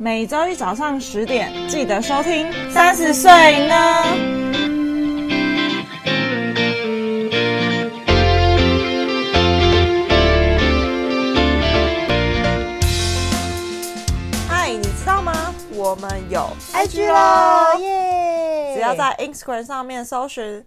每周一早上10点记得收听30岁呢。嗨，你知道吗？我们有 IG 咯，耶！只要在 Instagram 上面搜寻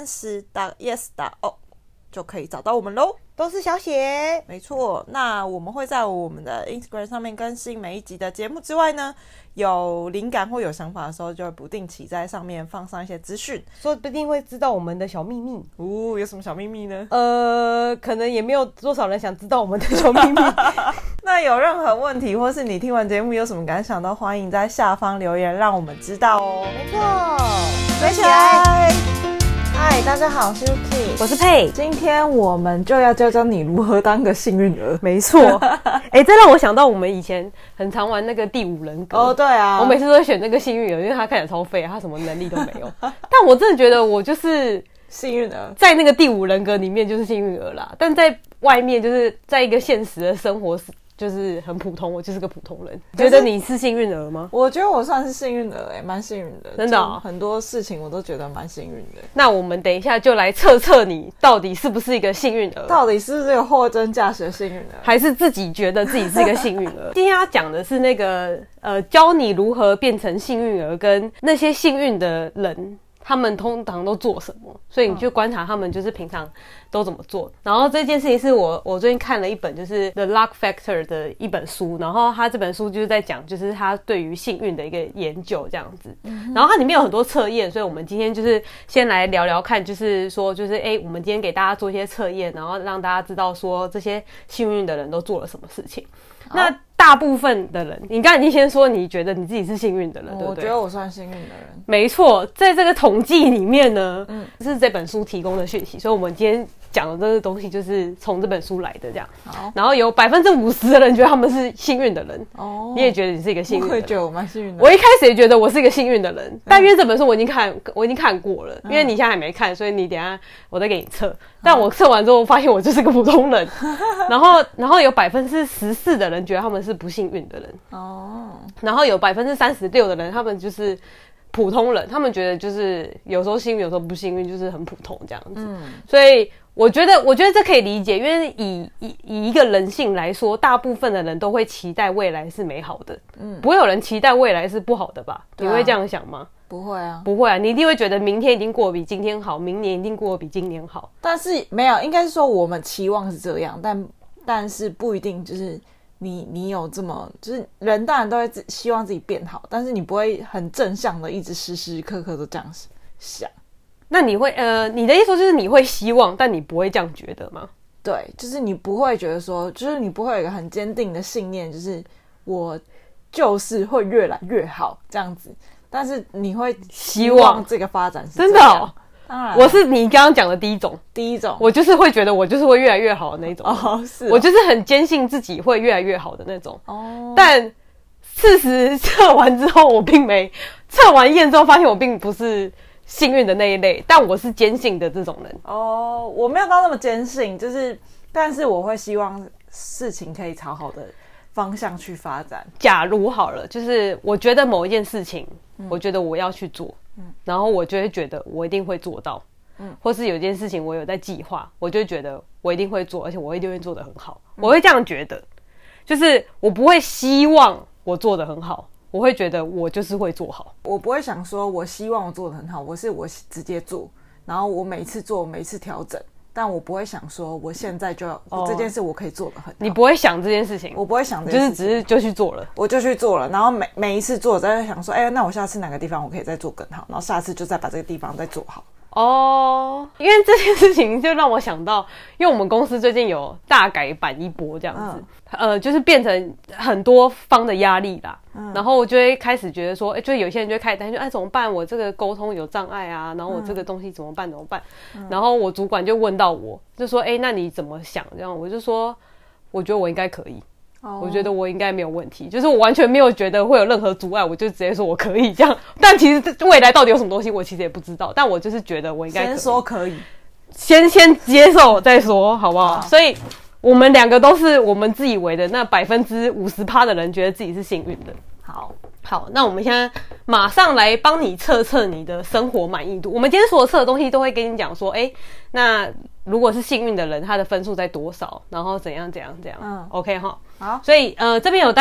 30.yes.o 就可以找到我们咯。 都是小写， 没错。那我们会在我们的 Instagram 上面更新每一集的节目之外呢，有灵感或有想法的时候，就会不定期在上面放上一些资讯， 说不定会知道我们的小秘密。 有什么小秘密呢？ 可能也没有多少人想知道我们的小秘密。 那有任何问题，或是你听完节目有什么感想，都欢迎在下方留言，让我们知道哦。 没错， 追起来！ 嗨，大家好，我是 Yuki， 我是佩。 今天我们就要教教你如何当个幸运儿。 没错，这让我想到我们以前很常玩那个第五人格。 哦，对啊， 我每次都会选那个幸运儿，因为他看起来超废，他什么能力都没有。但我真的觉得我就是幸运儿， 在那个第五人格里面就是幸运儿啦，但在外面就是在一个现实的生活就是很普通，我就是个普通人。觉得你是幸运儿吗？ 我觉得我算是幸运儿，蛮幸运的， 真的哦， 很多事情我都觉得蛮幸运的。 那我们等一下就来测测你到底是不是一个幸运儿， 到底是不是有货真价实的幸运儿， 还是自己觉得自己是一个幸运儿？今天要讲的是那个教你如何变成幸运儿，跟那些幸运的人。他们通常都做什么？所以你就观察他们就是平常都怎么做。然后这件事情是我最近看了一本就是《The Luck Factor》的一本书，然后他这本书就是在讲就是他对于幸运的一个研究这样子。然后它里面有很多测验，所以我们今天就是先来聊聊看，就是说就是我们今天给大家做一些测验，然后让大家知道说这些幸运的人都做了什么事情。那大部分的人，你刚才已经先说你觉得你自己是幸运的人，对不对？ 我觉得我算幸运的人。 没错，在这个统计里面呢，是这本书提供的讯息，所以我们今天讲的这个东西就是从这本书来的这样。好，然后有50%的人觉得他们是幸运的人。哦，你也觉得你是一个幸运的人？ 我也觉得我蛮幸运的。 我一开始也觉得我是一个幸运的人，但因为这本书我已经看过了，因为你现在还没看，所以你等一下我再给你测。但我测完之后发现我就是个普通人，然后有14%的人觉得他们是不幸运的人。哦，然后有36%的人他们就是普通人，他们觉得就是有时候幸运，有时候不幸运，就是很普通这样子。所以我觉得这可以理解，因为以一个人性来说，大部分的人都会期待未来是美好的，不会有人期待未来是不好的吧？你会这样想吗？ 不会啊， 不会啊，你一定会觉得明天一定过得比今天好，明年一定过得比今年好。 但是没有，应该是说我们期望是这样，但是不一定就是你有这么，就是人当然都会希望自己变好，但是你不会很正向的一直时时刻刻都这样想。 那你会你的意思就是你会希望，但你不会这样觉得吗？ 对，就是你不会觉得说，就是你不会有一个很坚定的信念，就是我就是会越来越好这样子，但是你会希望这个发展是这样。 真的哦。 当然， 我是你刚刚讲的第一种，我就是会觉得我就是会越来越好的那种。 哦，是哦， 我就是很坚信自己会越来越好的那种。哦，但事实测完之后，我并没测完验之后发现我并不是幸运的那一类，但我是坚信的这种人。 哦，我没有到那么坚信，但是我会希望事情可以朝好的方向去发展。 假如好了，就是我觉得某一件事情，我觉得我要去做，然后我就会觉得我一定会做到，或是有件事情我有在计划，我就会觉得我一定会做，而且我一定会做得很好，我会这样觉得，就是我不会希望我做得很好，我会觉得我就是会做好。 我不会想说我希望我做得很好，我直接做，然后我每一次做，每一次调整。但我不会想说我现在就这件事我可以做得很好。 你不会想这件事情？ 我不会想这件事情， 就是就去做了， 我就去做了，然后每一次做，我再想说，那我下次哪个地方我可以再做更好，然后下次就再把这个地方再做好。 哦，因为这件事情就让我想到，因为我们公司最近有大改版一波这样子，就是变成很多方的压力啦，然后我就会开始觉得说，就有些人就会开始担心，怎么办？我这个沟通有障碍啊，然后我这个东西怎么办？然后我主管就问到我，就说，那你怎么想？这样我就说，我觉得我应该可以。我觉得我应该没有问题，就是我完全没有觉得会有任何阻碍，我就直接说我可以这样。但其实未来到底有什么东西，我其实也不知道。但我就是觉得我应该可以， 先说可以， 先接受再说，好不好？所以我们两个都是我们自以为的那50%的人觉得自己是幸运的。 好，那我们现在马上来帮你测测你的生活满意度。我们今天所有测的东西都会跟你讲说，那如果是幸运的人，他的分数在多少，然后怎样。OK 哈。 好， 所以这边有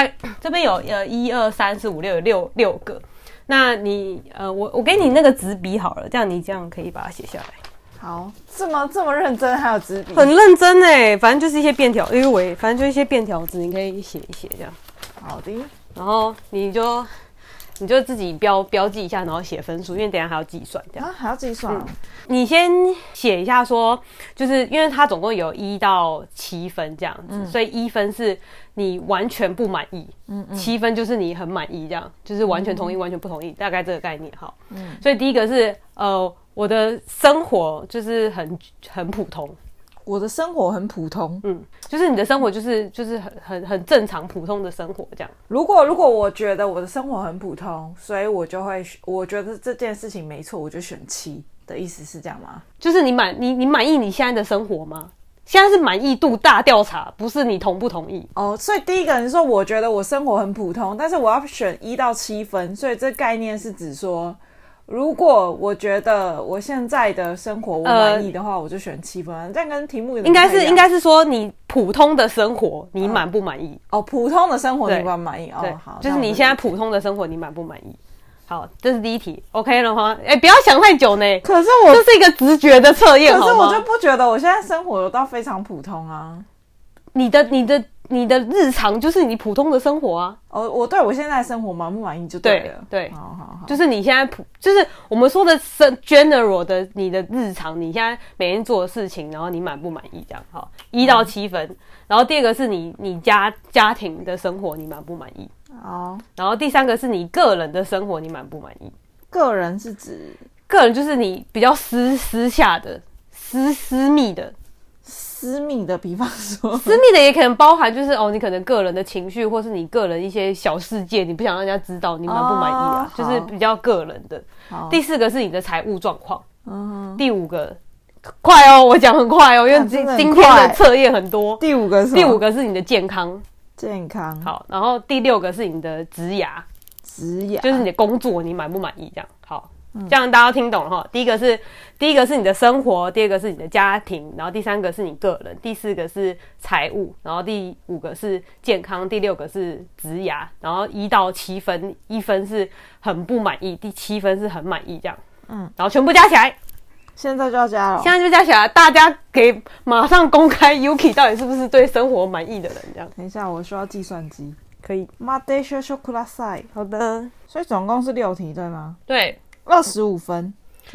1、2、3、4、5、6有六个。那你我给你那个纸笔好了，这样你这样可以把它写下来。 好，这么认真，还有纸笔， 很认真欸，反正就是一些便条，反正就一些便条纸，你可以写一写这样。 好的。 然后你就自己标记一下，然后写分数，因为等一下还要计算这样。 啊，还要计算。 你先写一下说，就是因为它总共有1到7分这样子，所以1分是你完全不满意，7分就是你很满意，这样就是完全同意、完全不同意，大概这个概念哈。所以第一个是我的生活就是很普通。 我的生活很普通， 就是你的生活就是很正常普通的生活这样。 如果我觉得我的生活很普通，所以我觉得这件事情没错，我就选7的意思是这样吗？ 就是你满意你现在的生活吗？现在是满意度大调查，不是你同不同意哦。所以第一个人说我觉得我生活很普通，但是我要选1到7分，所以这概念是指说，如果我觉得我现在的生活我满意的话，我就选7分。这样跟题目有点不太一样。 应该是说你普通的生活你满不满意？ 普通的生活你满不满意？ 对， 好， 就是你现在普通的生活你满不满意？好，这是第一题 ，OK 了吗？不要想太久呢。 可是这是一个直觉的测验， 可是我就不觉得我现在生活有到非常普通啊。 你的日常就是你普通的生活啊。 我对我现在的生活满不满意就对了。 对， 好， 就是你现在就是我们说的 general 的你的日常，你现在每天做的事情，然后你满不满意这样。好，1到7分。然后第二个是你家庭的生活你满不满意？然后第三个是你个人的生活你满不满意？ 个人是指个人就是你比较私下的私密的， 比方说私密的也可能包含就是你可能个人的情绪，或是你个人一些小事件，你不想让人家知道，你满不满意啊？就是比较个人的。第4个是你的财务状况。第5个快哦，我讲很快哦，因为今天的测验很多。第5个是你的健康。好，然后第6个是你的职涯，就是你的工作，你满不满意？这样好，这样大家听懂了哈。第一个是你的生活，第2个是你的家庭，然后第3个是你个人，第4个是财务，然后第5个是健康，第6个是职涯，然后1到7分，1分是很不满意，第7分是很满意，这样，然后全部加起来。 现在就要加了， 现在就加起来，大家给马上公开 Yuki 到底是不是对生活满意的人？这样， 等一下，我需要计算机。 可以。 好的。所以总共是6题，对吗？ 对 ，25分。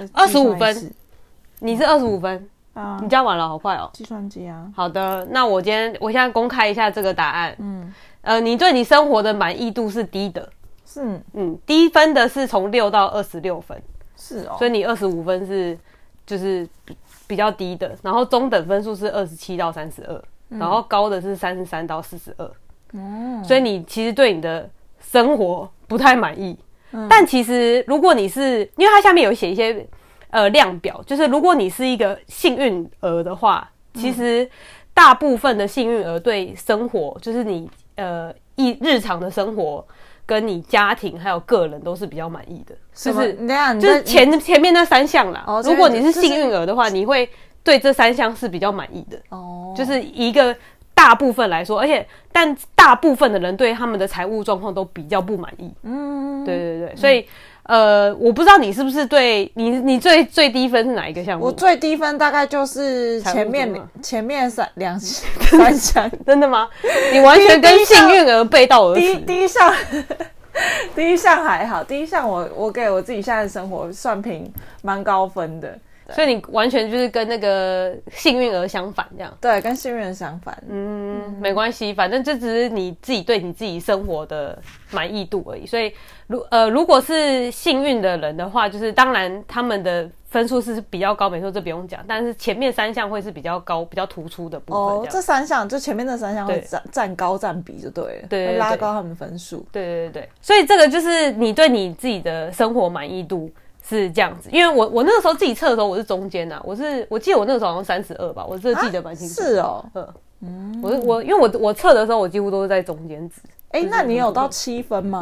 25分，你是25分啊？你加完了，好快哦。 计算机啊。 好的，那我现在公开一下这个答案。你对你生活的满意度是低的。 是。 低分的是从6到26分。 是哦。 所以你25分是。就是比较低的，然后中等分数是27到32，然后高的是33到42。所以你其实对你的生活不太满意。但其实如果你是，因为它下面有写一些量表，就是如果你是一个幸运儿的话，其实大部分的幸运儿对生活，就是你日常的生活。跟你家庭还有个人都是比较满意的，就是前面那3项啦。如果你是幸运儿的话，你会对这3项是比较满意的。就是一个大部分来说，但大部分的人对他们的财务状况都比较不满意。对，所以我不知道你是不是对你最低分是哪一个项目？ 我最低分大概就是前面三项。 真的吗？你完全跟幸运儿背道而驰。 第一项还好，第一项我给我自己现在的生活算评蛮高分的。 所以你完全就是跟那个幸运儿相反，这样。 对，跟幸运儿相反。 没关系，反正这只是你自己对你自己生活的满意度而已。所以如果是幸运的人的话，就是当然他们的分数是比较高，没错，这不用讲。但是前面3项会是比较高、比较突出的部分。 这3项就前面那3项会占高占比就对了， 对， 会拉高他们分数。 对。所以这个就是你对你自己的生活满意度。是这样子，因为我那个时候自己测的时候我是中间啊，我记得我那个时候好像32吧，我这记得蛮清楚。 是哦， 因为我测的时候我几乎都是在中间值。 那你有到7分吗？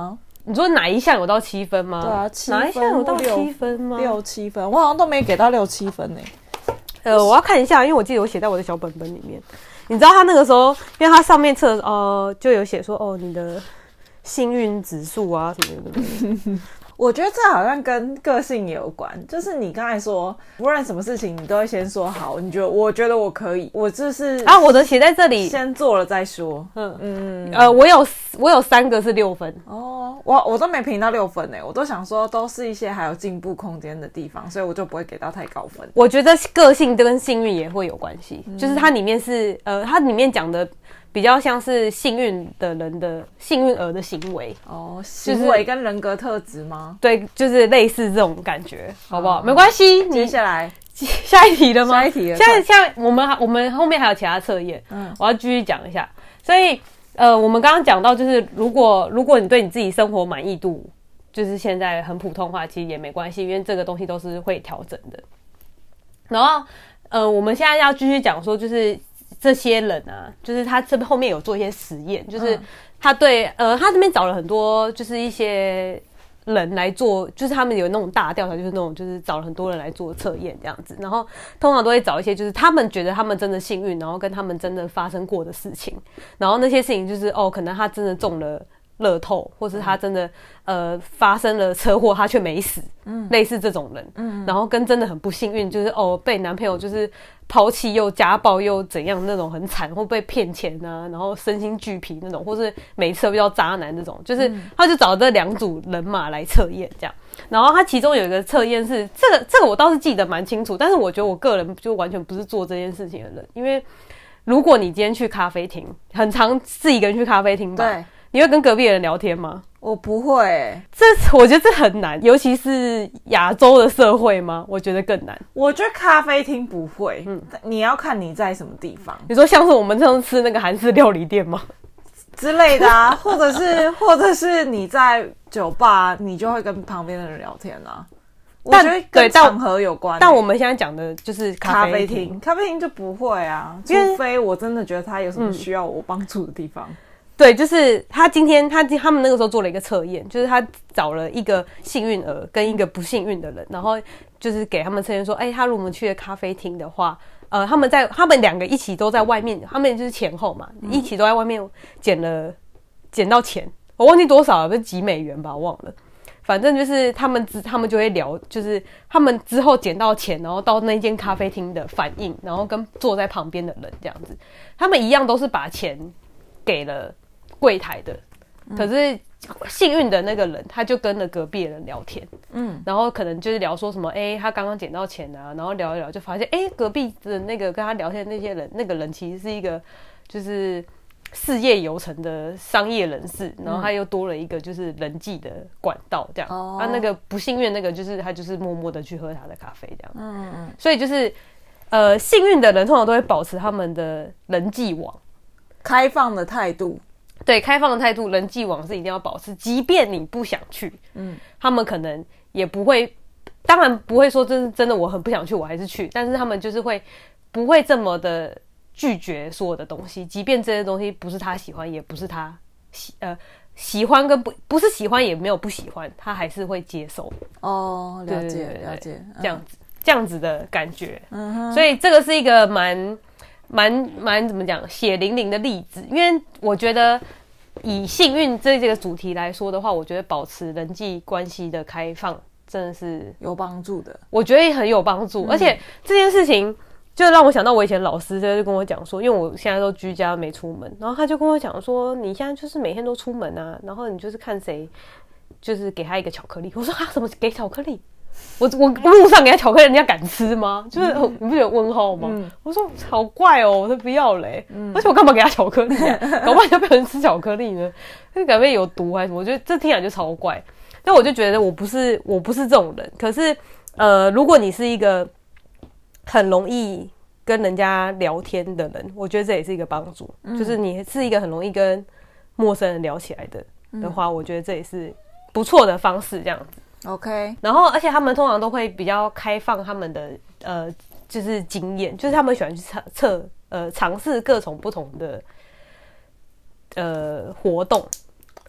你说哪一项有到7分吗？ 对啊，7分， 哪一项有到7分吗 ？6、7分，我好像都没给到6、7分呢。 我要看一下，因为我记得我写在我的小本本里面。你知道他那个时候，因为他上面测就有写说你的幸运指数啊什么的。 我觉得这好像跟个性也有关，就是你刚才说不论什么事情你都会先说好，我觉得我可以，我就是我的写在这里， 先做了再说。 我有3个是6分哦，我都没评到6分我都想说都是一些还有进步空间的地方，所以我就不会给到太高分。 我觉得个性跟幸运也会有关系，就是它里面是它里面讲的比较像是幸运的人的幸运儿的行为行为跟人格特质吗？ 对，就是类似这种感觉，好不好？没关系， 接下来下一题了吗？ 下一题了。 现在我们后面还有其他测验，我要继续讲一下。所以我们刚刚讲到，就是如果你对你自己生活满意度就是现在很普通话，其实也没关系，因为这个东西都是会调整的。然后我们现在要继续讲说，就是这些人啊，就是他这边后面有做一些实验，就是他对他这边找了很多就是一些人来做，就是他们有那种大调查，就是那种就是找了很多人来做测验这样子，然后通常都会找一些就是他们觉得他们真的幸运，然后跟他们真的发生过的事情，然后那些事情就是可能他真的中了乐透，或是他真的发生了车祸，他却没死，类似这种人，然后跟真的很不幸运，就是被男朋友就是抛弃又家暴又怎样那种很惨，或被骗钱啊，然后身心俱疲那种，或是每次遇到渣男这种，就是他就找这2组人马来测验这样。然后他其中有一个测验是这个我倒是记得蛮清楚，但是我觉得我个人就完全不是做这件事情的人，因为如果你今天去咖啡厅，很常自己一个人去咖啡厅吧，对，你会跟隔壁的人聊天吗？ 我不会我觉得这很难，尤其是亚洲的社会吗？我觉得更难。 我觉得咖啡厅不会，你要看你在什么地方。 你说像是我们这样吃那个韩式料理店吗？ 之类的啊，或者是你在酒吧，你就会跟旁边的人聊天啊。我觉得跟场合有关但我们现在讲的就是咖啡厅， 咖啡厅就不会啊，除非我真的觉得他有什么需要我帮助的地方。 对，就是他今天他们那个时候做了一个测验，就是他找了一个幸运儿跟一个不幸运的人，然后就是给他们测验说，他如果我们去了咖啡厅的话，他们2个一起都在外面，他们就是前后嘛，一起都在外面捡到钱，我忘记多少了，不是几美元吧，我忘了。反正就是他们就会聊，就是他们之后捡到钱，然后到那间咖啡厅的反应，然后跟坐在旁边的人这样子，他们一样都是把钱给了柜台的，可是幸运的那个人他就跟了隔壁的人聊天，然后可能就是聊说什么，他刚刚捡到钱啊，然后聊一聊就发现，隔壁的那个跟他聊天的那些人，那个人其实是一个就是事业有成的商业人士，然后他又多了一个就是人际的管道这样，那个不幸运那个就是他就是默默的去喝他的咖啡这样，所以就是幸运的人通常都会保持他们的人际网， 开放的态度。 对，开放的态度，人际网是一定要保持，即便你不想去，他们可能也不会，当然不会说真的我很不想去，我还是去，但是他们就是不会这么的拒绝所有的东西，即便这些东西不是他喜欢，也不是他喜欢跟不是喜欢，也没有不喜欢，他还是会接受。 了解了解， 这样子的感觉。所以这个是一个蛮怎么讲血淋淋的例子，因为我觉得以幸运这个主题来说的话，我觉得保持人际关系的开放真的是有帮助的， 我觉得也很有帮助，而且这件事情就让我想到我以前老师就跟我讲说，因为我现在都居家没出门，然后他就跟我讲说，你现在就是每天都出门啊，然后你就是看谁就是给他一个巧克力。我说怎么给巧克力？我路上给他巧克力，人家敢吃吗？就是你不觉得问号吗？我说好怪哦，我说不要嘞，而且我干嘛给他巧克力啊？搞不好就被人吃巧克力呢，那感觉有毒还是什么？我觉得这听起来就超怪。但我就觉得我不是这种人。可是如果你是一个很容易跟人家聊天的人，我觉得这也是一个帮助。就是你是一个很容易跟陌生人聊起来的话，我觉得这也是不错的方式，这样子。 OK， 然后而且他们通常都会比较开放他们的就是经验，就是他们喜欢去尝试各种不同的活动。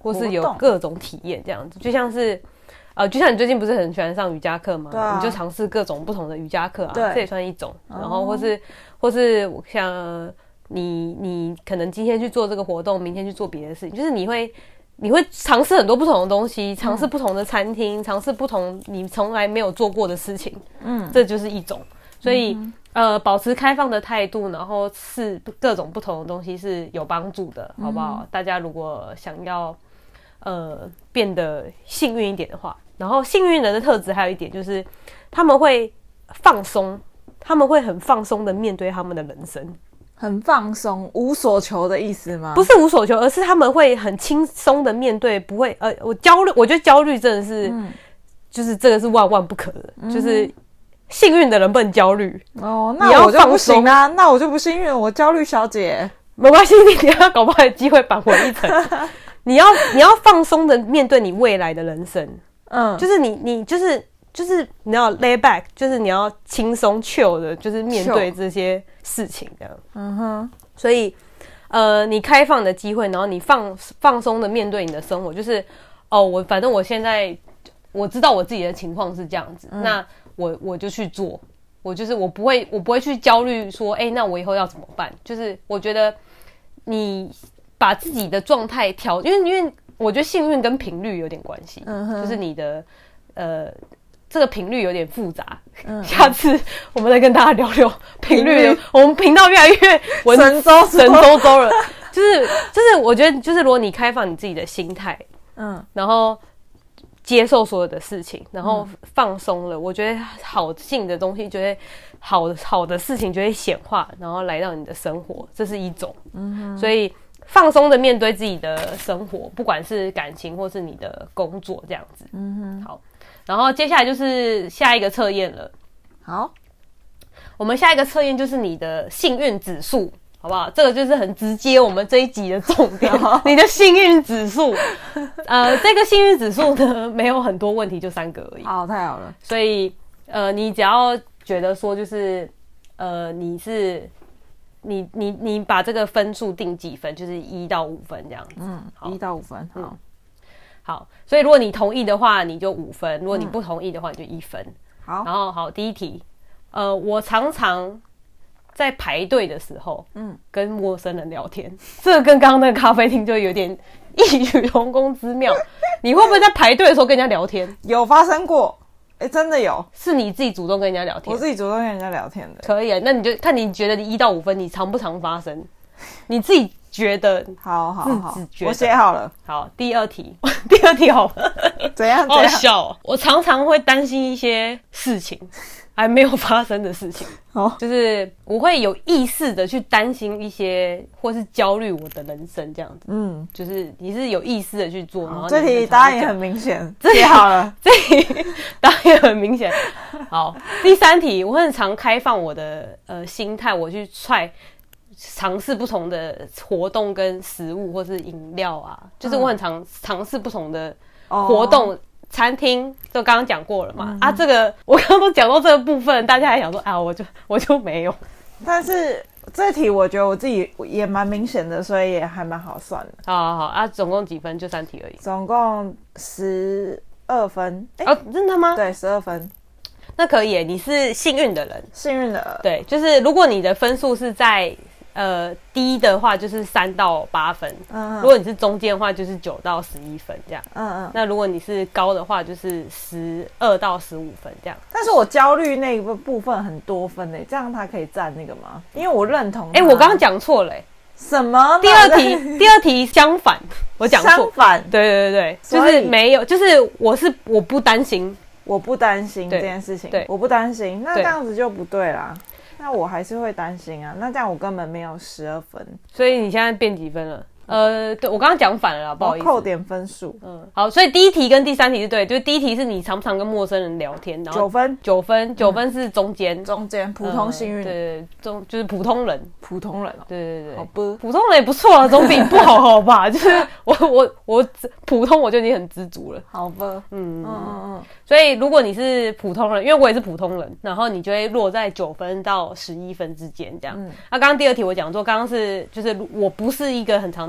或是有各种体验这样子，就像是就像你最近不是很喜欢上瑜伽课吗？你就尝试各种不同的瑜伽课啊，这也算一种。然后或是像你可能今天去做这个活动，明天去做别的事情，就是你会尝试很多不同的东西，尝试不同的餐厅，尝试不同你从来没有做过的事情，这就是一种。所以保持开放的态度，然后是各种不同的东西是有帮助的，好不好？大家如果想要变得幸运一点的话，然后幸运人的特质还有一点就是他们会放松，他们会很放松的面对他们的人生。 很放松，无所求的意思吗？ 不是无所求，而是他们会很轻松的面对，不会我觉得焦虑真的是，就是这个是万万不可的，就是幸运的人不能焦虑哦。那我就不行啊，那我就不幸运，我焦虑小姐。 没关系，你要搞不好有机会扳回一城。你要放松的面对你未来的人生，就是你就是你要 lay back， 就是你要轻松 chill 的，就是面对这些事情这样。所以你开放的机会，然后你放松的面对你的生活，就是反正我现在我知道我自己的情况是这样子，那我就去做，我不会去焦虑说，那我以后要怎么办？就是我觉得你把自己的状态调，因为我觉得幸运跟频率有点关系，就是你的这个频率有点复杂，下次我们再跟大家聊聊频率。我们频道越来越神周周了，就是我觉得就是如果你开放你自己的心态，然后接受所有的事情，然后放松了，我觉得好性的东西就会好的事情就会显化，然后来到你的生活，这是一种。所以放松的面对自己的生活，不管是感情或是你的工作这样子。好。然后接下来就是下一个测验了。 好，我们下一个测验就是你的幸运指数，好不好？这个就是很直接我们这一集的重点，你的幸运指数。这个幸运指数呢，没有很多问题，就3个而已。 好，太好了。 所以你只要觉得说就是你把这个分数定几分，就是1到5分这样子。 好，1到5分。 好，所以如果你同意的话，你就5分；如果你不同意的话，你就1分。 好， 然后好，第一题，我常常在排队的时候，跟陌生人聊天，这个跟刚刚那个咖啡厅就有点异曲同工之妙。你会不会在排队的时候跟人家聊天？ 有发生过，真的有， 是你自己主动跟人家聊天？ 我自己主动跟人家聊天的。 可以啊，那你就看你觉得你1到5分，你常不常发生？你自己觉得？ 好， 觉得我写好了。 好，第二题，第二题好了。 怎样？ 好笑哦！我常常会担心一些事情还没有发生的事情，就是我会有意识的去担心一些，或是焦虑我的人生这样子。就是你是有意识的去做，然后这题答案也很明显，写好了。 这题答案也很明显。好，第3题，我很常开放我的心态，我去尝试不同的活动跟食物或是饮料啊，就是我很常尝试不同的活动。餐厅就刚刚讲过了嘛，这个我刚刚都讲到这个部分，大家还想说我就没有。 但是这题我觉得我自己也蛮明显的，所以也还蛮好算的。 好，总共几分？就3题而已。 总共12分。 真的吗？ 对，12分。 那可以耶，你是幸运的人。 幸运的。 对，就是如果你的分数是在低的话就是3到8分，如果你是中间的话就是9到11分这样，那如果你是高的话就是12到15分这样。 但是我焦虑那个部分很多分诶，这样他可以占那个吗？因为我认同。 我刚刚讲错了。 什么？ 第二题相反，我讲错。 相反。 对，就是没有，就是我不担心这件事情，我不担心，那这样子就不对啦。那我还是会担心啊，那这样我根本没有12分。 所以你现在变几分了？对，我刚刚讲反了啦，不好意思。 扣点分数。 好，所以第1题跟第3题是对，就是第1题是你常不常跟陌生人聊天，然后9分是中间普通幸运， 对，就是普通人，对， 好不， 普通人也不错啊，总比不好吧？就是我普通我就已经很知足了， 好吧， 所以如果你是普通人，因为我也是普通人，然后你就会落在9分到11分之间这样。那刚刚第2题我讲说，刚刚是就是我不是一个很常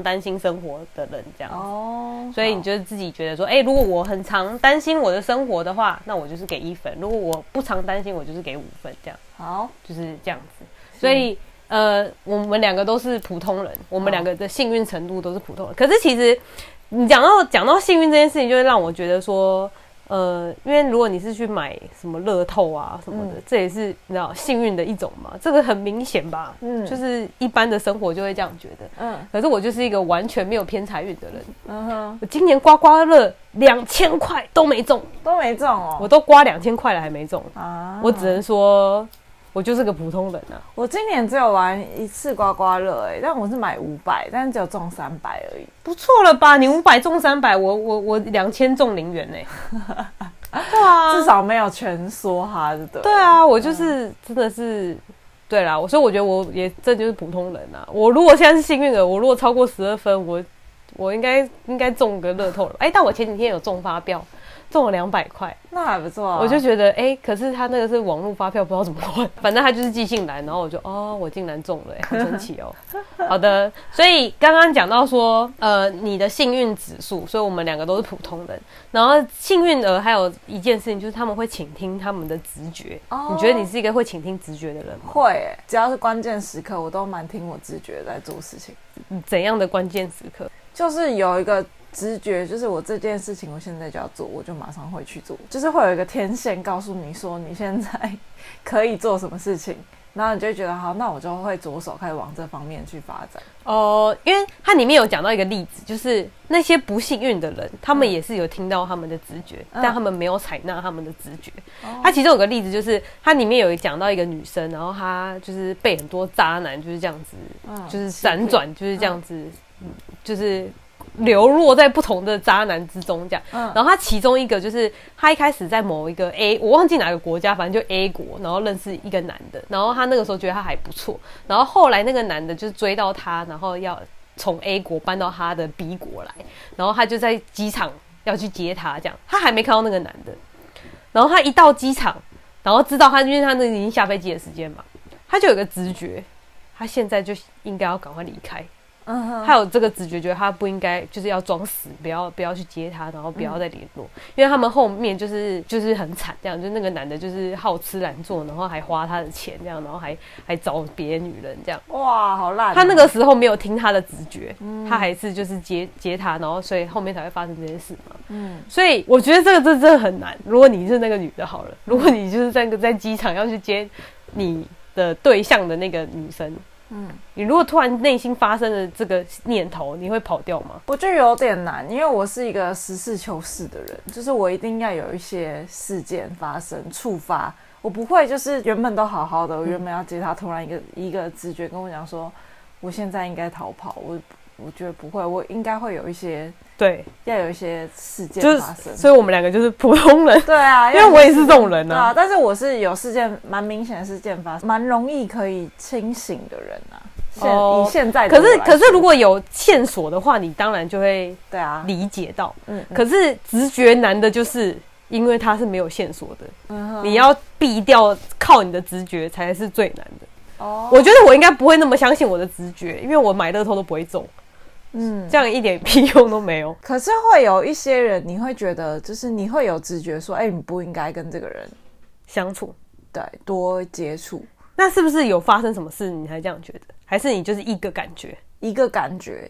担心生活的人这样子。 哦， 所以你就自己觉得说，如果我很常担心我的生活的话，那我就是给1分；如果我不常担心，我就是给5分，这样。 好， 就是这样子。所以我们两个都是普通人，我们两个的幸运程度都是普通人。可是其实你讲到幸运这件事情，就会让我觉得说，因为如果你是去买什么乐透啊什么的，这也是你知道幸运的一种嘛，这个很明显吧？就是一般的生活就会这样觉得。可是我就是一个完全没有偏财运的人。我今年刮刮乐2000块都没中哦，我都刮2000块了还没中啊！我只能说，我就是个普通人啊。 我今年只有玩1次刮刮乐但我是买500，但是只有中300而已。 不错了吧？你500中300，我2000中0元对啊， 至少没有全梭哈，对。 对啊，我就是真的是，对啦，所以我觉得我也这就是普通人啊。我如果现在是幸运儿，我如果超过12分，我应该中个乐透了。但我前几天有中发票。中了200块， 那还不错啊。 我就觉得可是他那个是网络发票，不知道怎么换，反正他就是寄信来，然后我就我竟然中了好神奇哦。好的，所以刚刚讲到说你的幸运指数，所以我们两个都是普通人。然后幸运儿还有一件事情，就是他们会倾听他们的直觉。你觉得你是一个会倾听直觉的人吗？ 会只要是关键时刻，我都蛮听我直觉在做事情。 怎样的关键时刻？ 就是有一个直觉，就是我这件事情我现在就要做，我就马上会去做，就是会有一个天线告诉你说你现在可以做什么事情，然后你就会觉得好，那我就会着手开始往这方面去发展。 因为它里面有讲到一个例子，就是那些不幸运的人，他们也是有听到他们的直觉，但他们没有采纳他们的直觉。它其中有个例子，就是它里面有讲到一个女生，然后她就是被很多渣男就是这样子，就是辗转就是这样子，就是流落在不同的渣男之中这样。然后他其中一个就是他一开始在某一个我忘记哪个国家，反正就 A 国，然后认识一个男的，然后他那个时候觉得他还不错，然后后来那个男的就是追到他，然后要从 A 国搬到他的 B 国来，然后他就在机场要去接他，这样他还没看到那个男的，然后他一到机场，然后知道因为他那已经下飞机的时间嘛，他就有个直觉，他现在就应该要赶快离开。他有这个直觉，觉得他不应该就是要装死，不要去接他，然后不要再联络，因为他们后面就是很惨这样，就那个男的就是好吃懒做，然后还花他的钱这样，然后还找别的女人这样。 哇，好烂！ 他那个时候没有听他的直觉，他还是就是接他，然后所以后面才会发生这件事嘛。所以我觉得这真的很难。如果你是那个女的好了，如果你就是在机场要去接你的对象的那个女生。你如果突然内心发生了这个念头，你会跑掉吗？ 我觉得有点难，因为我是一个实事求是的人，就是我一定要有一些事件发生触发，我不会就是原本都好好的，我原本要接他，突然一个直觉跟我讲说，我现在应该逃跑，我觉得不会，我应该会有一些对， 要有一些事件发生， 所以我们两个就是普通人。 对啊， 因为我也是这种人啊。 对啊，但是我是有事件蛮明显的事件发生，蛮容易可以清醒的人啊。以现在的可是如果有线索的话，你当然就会理解到。可是直觉难的就是因为它是没有线索的，你要避掉靠你的直觉才是最难的。我觉得我应该不会那么相信我的直觉，因为我买乐透都不会中。这样一点屁用都没有。 可是会有一些人，你会觉得就是你会有直觉说，你不应该跟这个人相处， 对，多接触。 那是不是有发生什么事你才这样觉得？还是你就是一个感觉？ 一个感觉。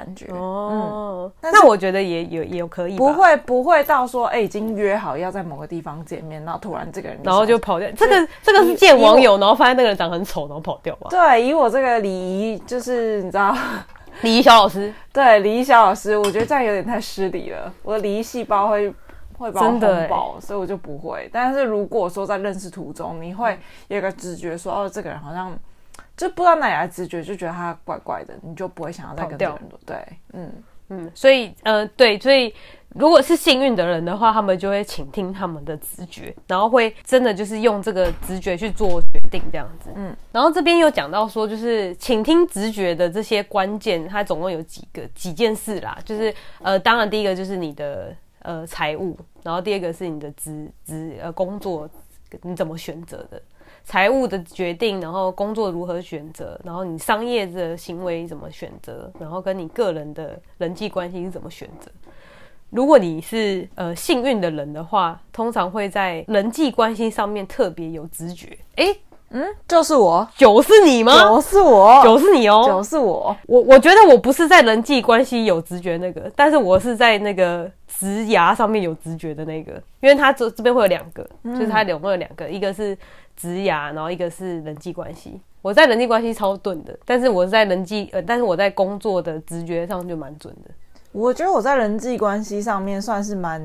那我觉得也有可以吧， 不会到说已经约好要在某个地方见面，然后突然这个人然后就跑掉。这个是见网友，然后发现那个人长很丑，然后跑掉吧？ 对，以我这个礼仪，就是你知道。 礼仪小老师， 对，礼仪小老师，我觉得这样有点太失礼了。我的礼仪细胞会把我轰爆，所以我就不会。但是如果说在认识途中，你会有一个直觉说，这个人好像就不知道哪里来的直觉，就觉得他怪怪的，你就不会想要再跟这个人做。对， 所以对，所以如果是幸运的人的话，他们就会倾听他们的直觉，然后会真的就是用这个直觉去做决定这样子。然后这边有讲到说，就是倾听直觉的这些关键，它总共有几件事啦，就是当然第一个就是你的财务，然后第二个是你的工作你怎么选择的。 财务的决定，然后工作如何选择，然后你商业的行为怎么选择，然后跟你个人的人际关系是怎么选择。如果你是幸运的人的话，通常会在人际关系上面特别有直觉。 就是我 9是你吗 ？9是我 ，9是你哦 ，9是我。 我觉得我不是在人际关系有直觉那个，但是我是在那个职涯上面有直觉的那个，因为它这边会有2个，就是它总共有2个，一个是职涯，然后一个是人际关系。我在人际关系超钝的，但是我在但是我在工作的直觉上就蛮准的。 我觉得我在人际关系上面算是蛮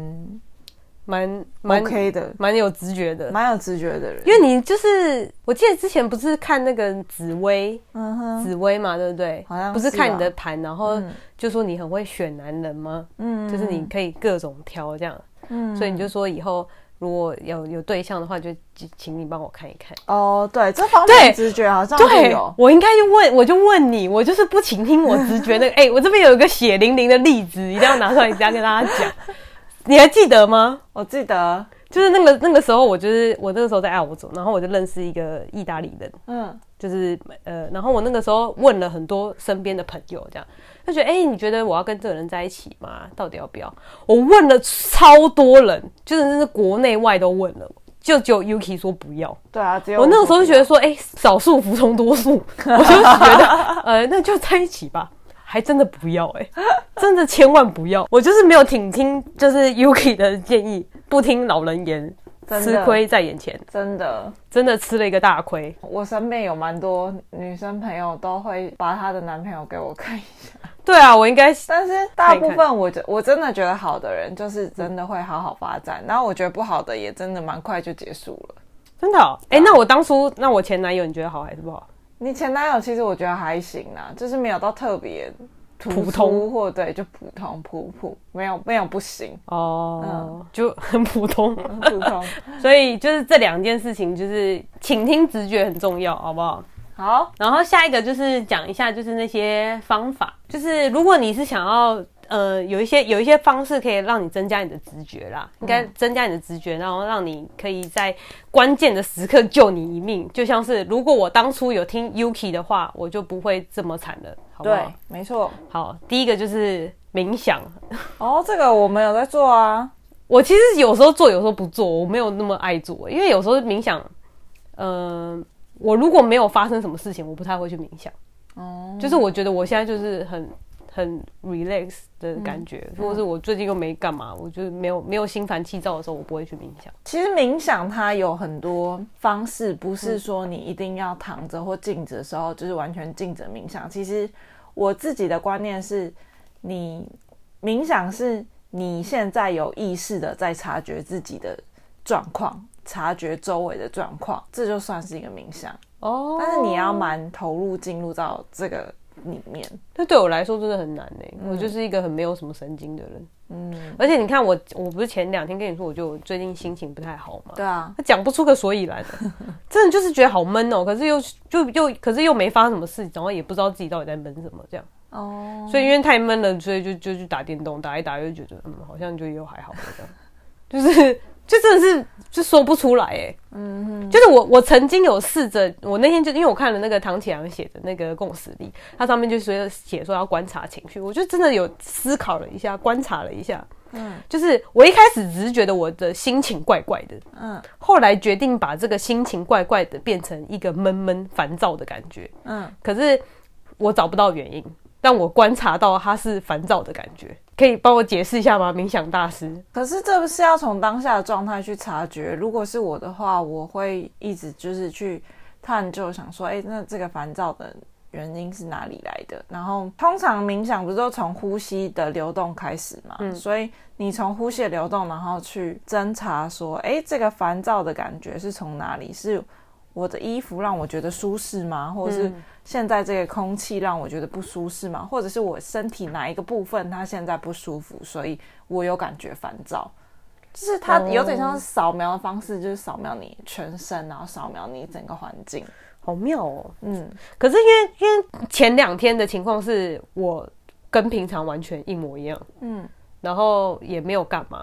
OK 的， 蛮有直觉的， 蛮有直觉的人。 因为你就是我记得之前不是看那个紫薇嘛，对不对？ 好像不是看你的盘，然后就说你很会选男人吗？就是你可以各种挑这样。所以你就说以后如果有对象的话，就请你帮我看一看。 哦，对，这方面的直觉好像对有。 我应该我就问你，我就是不倾听我直觉那个。我这边有一个血淋淋的例子，一定要拿出来跟大家讲。你还记得吗？ 我记得， 就是那个时候，我那个时候在澳洲，然后我就认识一个意大利人，就是然后我那个时候问了很多身边的朋友，这样就觉得，你觉得我要跟这个人在一起吗？到底要不要？我问了超多人，就是国内外都问了，就只有 Yuki 说不要。 对啊，只有我那个时候就觉得说，少数服从多数，我就觉得，那就在一起吧。还真的不要真的千万不要！我就是没有听就是 Yuki 的建议，不听老人言，吃亏在眼前。真的吃了一个大亏。 我身边有蛮多女生朋友都会把她的男朋友给我看一下。 对啊，我应该， 但是大部分我真的觉得好的人就是真的会好好发展，然后我觉得不好的也真的蛮快就结束了。 真的那我前男友你觉得好还是不好？ 你前男友其实我觉得还行啦，就是没有到特别普通，或对就普通普，没有不行哦，就很普通， 很普通。 所以就是这2件事情，就是倾听直觉很重要，好不好？ 好。 然后下一个就是讲一下，就是那些方法，就是如果你是想要有一些方式可以让你增加你的直觉啦，应该增加你的直觉，然后让你可以在关键的时刻救你一命。就像是如果我当初有听 Yuki 的话，我就不会这么惨了，好不好？ 对，没错。 好，第一个就是冥想。 这个我们有在做啊。 我其实有时候做，有时候不做，我没有那么爱做，因为有时候冥想，我如果没有发生什么事情，我不太会去冥想。就是我觉得我现在就是很 relax 的感觉，或者是我最近又没干嘛，我就没有心烦气躁的时候，我不会去冥想。 其实冥想它有很多方式，不是说你一定要躺着或静止的时候就是完全静止冥想。其实我自己的观念是，你冥想是你现在有意识的在察觉自己的状况，察觉周围的状况，这就算是一个冥想。但是你要蛮投入进入到这个里面， 这对我来说真的很难我就是一个很没有什么神经的人。而且你看我不是前2天跟你说，我就最近心情不太好嘛。 对啊， 讲不出个所以然真的就是觉得好闷可是又没发生什么事，然后也不知道自己到底在闷什么这样。所以因为太闷了，所以就去打电动，打一打就觉得好像就又还好这样。就真的是就说不出来就是我曾经有试着，我那天就因为我看了那个唐启阳写的那个共识力，他上面就写说要观察情绪，我就真的有思考了一下，观察了一下，就是我一开始只是觉得我的心情怪怪的，后来决定把这个心情怪怪的变成一个闷闷烦躁的感觉，可是我找不到原因，让我观察到它是烦躁的感觉。可以帮我解释一下吗，冥想大师？ 可是这是要从当下的状态去察觉。如果是我的话，我会一直就是去探究，想说那这个烦躁的原因是哪里来的。然后通常冥想不是都从呼吸的流动开始嘛，所以你从呼吸的流动然后去侦查说这个烦躁的感觉是从哪里，是我的衣服让我觉得舒适吗？或者是现在这个空气让我觉得不舒适吗？或者是我身体哪一个部分它现在不舒服，所以我有感觉烦躁。就是它有点像是扫描的方式，就是扫描你全身，然后扫描你整个环境。 好妙可是因为前2天的情况是我跟平常完全一模一样，然后也没有干嘛，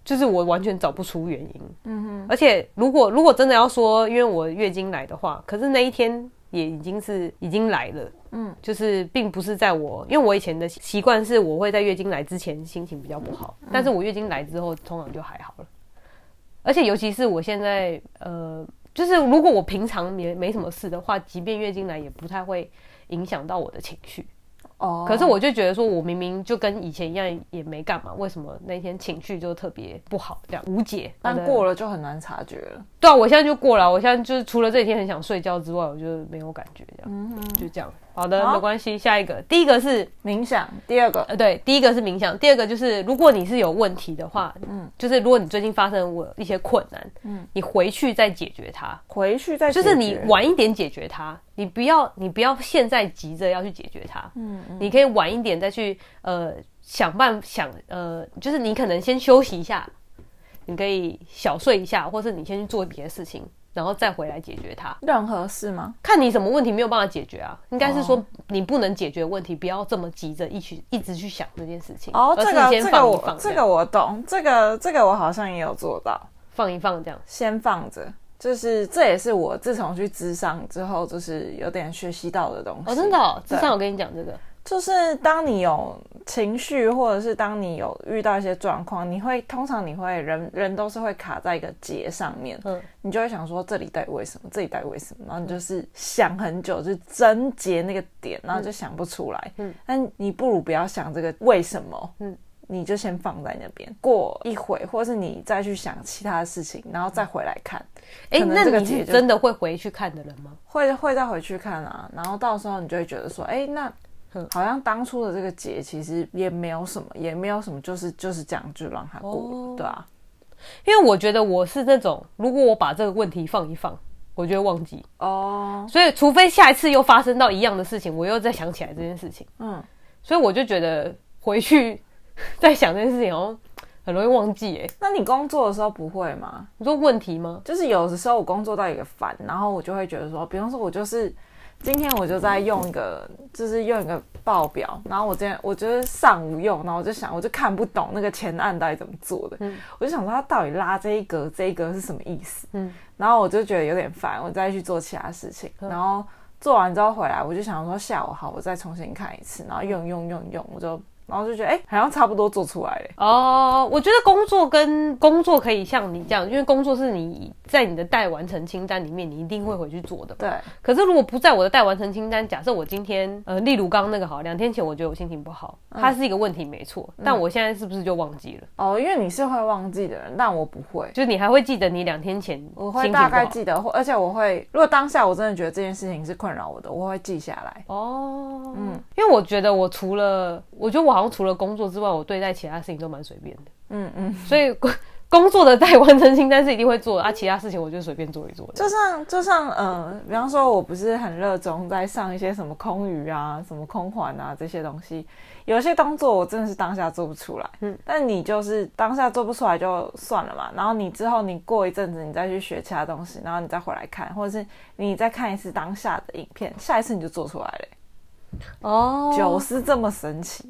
就是我完全找不出原因。而且如果真的要说因为我月经来的话，可是那一天也已经来了。就是并不是在因为我以前的习惯是我会在月经来之前心情比较不好，但是我月经来之后通常就还好了。而且尤其是我现在就是如果我平常没什么事的话，即便月经来也不太会影响到我的情绪。可是我就觉得说我明明就跟以前一样也没干嘛，为什么那天情绪就特别不好，这样无解。 但过了就很难察觉了。 对啊，我现在就过了，我现在就是除了这几天很想睡觉之外，我就没有感觉这样。就这样。好的，没关系。下一个，第一个是冥想，第二个对，第一个是冥想，第二个就是如果你是有问题的话，就是如果你最近发生我一些困难，你回去再解决它，就是你晚一点解决它，你不要现在急着要去解决它，你可以晚一点再去想办法就是你可能先休息一下，你可以小睡一下，或是你先去做别的事情。然后再回来解决它。 任何事吗？ 看你什么问题没有办法解决啊，应该是说你不能解决问题，不要这么急着一直去想这件事情。 这个我懂，这个我好像也有做到， 放一放这样， 先放着。就是这也是我自从去諮商之后，就是有点学習到的东西。 真的諮商有跟你讲这个。 就是当你有情绪，或者是当你有遇到一些状况，通常你会人都是会卡在一个结上面，你就会想说这里到底为什么，这里到底为什么，然后你就是想很久，就症结那个点，然后就想不出来。但你不如不要想这个为什么，你就先放在那边，过一会，或是你再去想其他的事情，然后再回来看。 那你是真的会回去看的人吗？ 会再回去看啊，然后到时候你就会觉得说，那好像当初的这个结其实也没有什么，就是这样就让它过，对啊。 因为我觉得我是那种，如果我把这个问题放一放，我就会忘记所以除非下一次又发生到一样的事情，我又再想起来这件事情。所以我就觉得回去再想这件事情很容易忘记那你工作的时候不会吗？ 你说问题吗？ 就是有的时候我工作到一个烦，然后我就会觉得说，比方说我就是今天我就在用一个报表，然后我就是上午用，然后我就看不懂那个前案到底怎么做的，我就想说他到底拉这一格是什么意思，然后我就觉得有点烦，我再去做其他事情，然后做完之后回来，我就想说下午好，我再重新看一次，然后用，然后就觉得好像差不多做出来了。 我觉得工作跟工作可以像你这样，因为工作是你在你的待完成清单里面，你一定会回去做的嘛。 对。 可是如果不在我的待完成清单，假设我今天例如刚刚那个2天前我觉得我心情不好，它是一个问题没错，但我现在是不是就忘记了？ 因为你是会忘记的人，但我不会。 就是你还会记得你2天前心情不好。 我会大概记得，而且我会，如果当下我真的觉得这件事情是困扰我的，我会记下来。 因为我觉得我好像除了工作之外，我对待其他事情都蛮随便的。所以工作的待完成清单是一定会做的其他事情我就随便做一做的。 就像比方说我不是很热衷在上一些什么空余啊、什么空环啊这些东西，有些动作我真的是当下做不出来。但你就是当下做不出来就算了嘛，然后你之后你过一阵子你再去学其他东西，然后你再回来看，或者是你再看一次当下的影片，下一次你就做出来了。酒是这么神奇。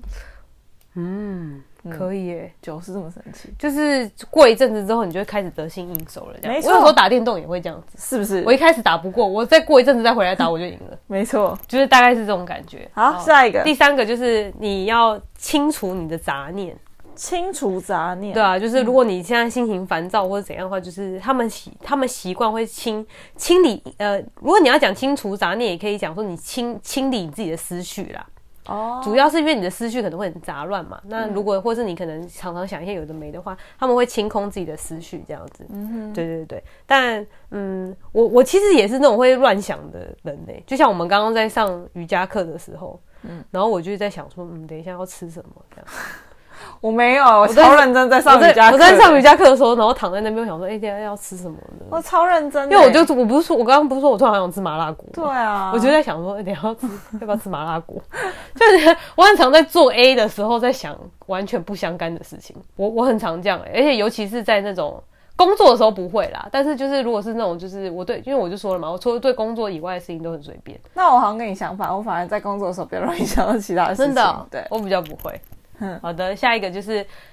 可以耶， 酒是这么神奇， 就是过一阵子之后，你就会开始得心应手了。 没错， 我有时候打电动也会这样子， 是不是？ 我一开始打不过，我再过一阵子再回来打，我就赢了。 没错， 就是大概是这种感觉。 好，下一个， 第3个就是你要清除你的杂念。 清除杂念， 对啊，就是如果你现在心情烦躁或者怎样的话，就是他们习惯会清理。如果你要讲清除杂念，也可以讲说你清理你自己的思绪啦。主要是因为你的思绪可能会很杂乱嘛，那如果或是你可能常常想一些有的没的话，他们会清空自己的思绪这样子。对，但我其实也是那种会乱想的人欸，就像我们刚刚在上瑜伽课的时候，然后我就在想说等一下要吃什么这样。 我没有，我超认真在上瑜伽课。 我在上瑜伽课的时候，然后躺在那边，我想说，等一下要吃什么呢？ 我超认真的， 因为我刚刚不是说我突然好想吃麻辣锅？ 对啊， 我就在想说，等一下要不要吃麻辣锅？就是我很常在做 A 的时候，在想完全不相干的事情。我很常这样而且尤其是在那种工作的时候不会啦，但是就是如果是那种就是因为我就说了嘛，我除了对工作以外的事情都很随便。 那我好像跟你相反，我反而在工作的时候比较容易想到其他的事情。 真的， 对， 我比较不会。好的，下一个就是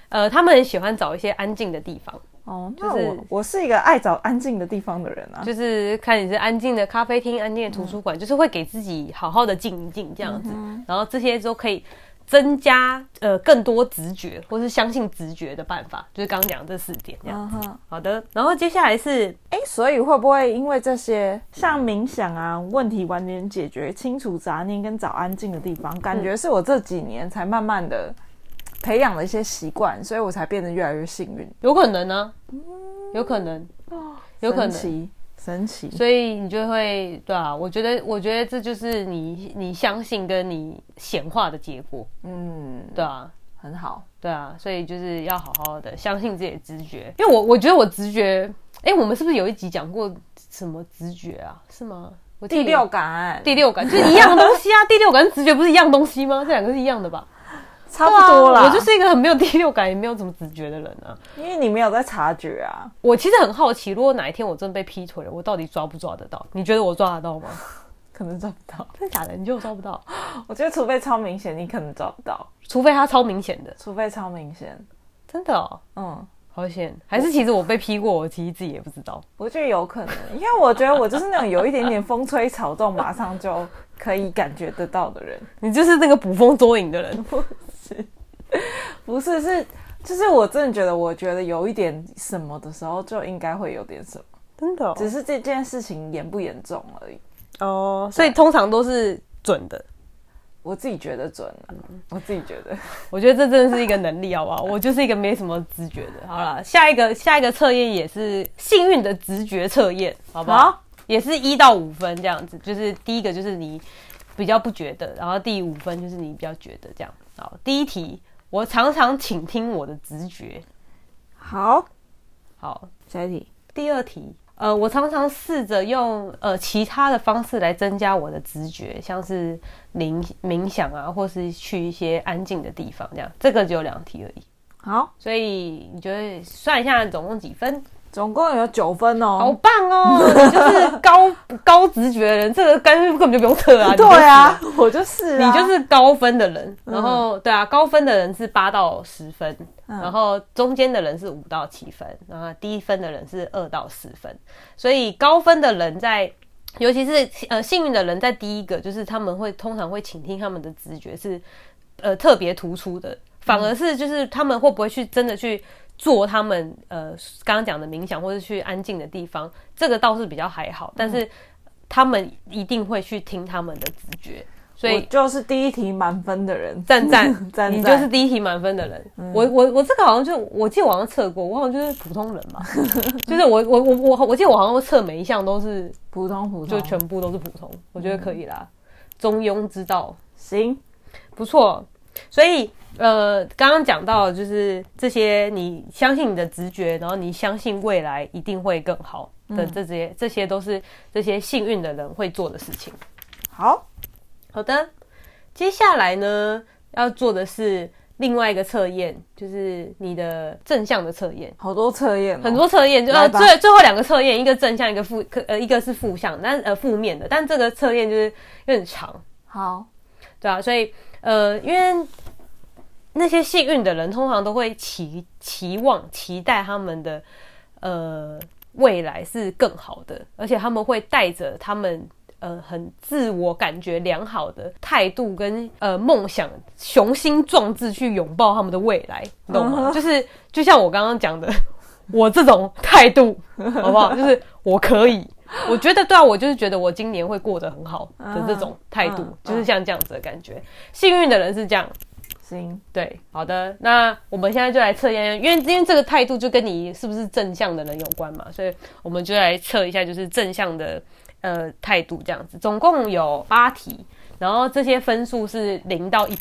他们很喜欢找一些安静的地方。 哦，那我是一个爱找安静的地方的人啊， 就是看你是安静的咖啡厅、安静的图书馆，就是会给自己好好的静一静这样子，然后这些都可以增加更多直觉或是相信直觉的办法，就是刚刚讲这4点这样子。好的，然后接下来是所以会不会因为这些像冥想啊、问题晚点解决、清除杂念跟找安静的地方，感觉是我这几年才慢慢的培养了一些习惯，所以我才变得越来越幸运。 有可能呢，有可能，有可能。 神奇， 所以你就会对啊，我觉得这就是你相信跟你显化的结果，对啊， 很好， 对啊，所以就是要好好的相信自己的直觉，因为我觉得我直觉，我们是不是有一集讲过什么直觉啊？是吗？ 第六感就是一样的东西啊，第六感跟直觉不是一样东西吗？这两个是一样的吧？ 差不多啦， 我就是一个很没有第六感也没有什么直觉的人啊， 因为你没有在察觉啊。 我其实很好奇，如果哪一天我真被劈腿了，我到底抓不抓得到？你觉得我抓得到吗？ 可能抓不到。 真的假的？你觉得我抓不到？ 我觉得除非超明显，你可能抓不到。 除非它超明显的， 除非超明显， 真的哦。好险！还是其实我被劈过，我其实自己也不知道。 我觉得有可能，因为我觉得我就是那种有一点点风吹草动，马上就可以感觉得到的人。 你就是那个捕风捉影的人。 不是，就是我真的觉得，我觉得有一点什么的时候，就应该会有点什么， 真的只是这件事情严不严重而已。 所以通常都是准的。 我自己觉得准啊，我自己觉得， 我觉得这真的是一个能力，好不好？我就是一个没什么直觉的。好啦，下一个测验也是幸运的直觉测验，好不好？也是1到5分这样子，就是第一个就是你比较不觉得，然后第5分就是你比较觉得这样。好，第一题，我常常倾听我的直觉。好， 下一题。 第2题，我常常试着用其他的方式来增加我的直觉，像是冥想啊，或是去一些安静的地方，这样。这个只有2题而已。 好， 所以你觉得算一下总共几分？ 总共有9分哦， 好棒哦！你就是高直觉的人，这个根本就不用测啊。 对啊，我就是啊， 你就是高分的人。然后对啊，高分的人是8到10分，然后中间的人是5到7分，然后低分的人是2到4分。所以高分的人尤其是幸运的人，在第一个就是他们通常会倾听他们的直觉是特别突出的，反而是就是他们会不会去真的去做他们刚刚讲的冥想，或是去安静的地方，这个倒是比较还好，但是他们一定会去听他们的直觉。所以我就是第一题满分的人， 赞你就是第一题满分的人。我这个好像我记得我好像测过，我好像就是普通人吧，就是我记得我好像测每一项都是普通， 就全部都是普通，我觉得可以啦，中庸之道， 行， 不错。所以刚刚讲到就是这些，你相信你的直觉，然后你相信未来一定会更好的这些都是这些幸运的人会做的事情。好的，接下来呢要做的是另外一个测验，就是你的正向的测验。 好多测验， 很多测验，就最后2个测验，一个正向，一个是负向，但负面的。但这个测验就是有点长。 好， 对啊，所以因为那些幸运的人通常都会期待他们的未来是更好的，而且他们会带着他们很自我感觉良好的态度跟梦想，雄心壮志去拥抱他们的未来，你懂吗？就像我刚刚讲的，我这种态度，好不好？就是我可以。我觉得对啊，我就是觉得我今年会过得很好的这种态度，就是像这样子的感觉。幸运的人是这样， 行， 对，好的。那我们现在就来测验，因为这个态度就跟你是不是正向的人有关嘛，所以我们就来测一下，就是正向的态度这样子。总共有8题，然后这些分数是0到100。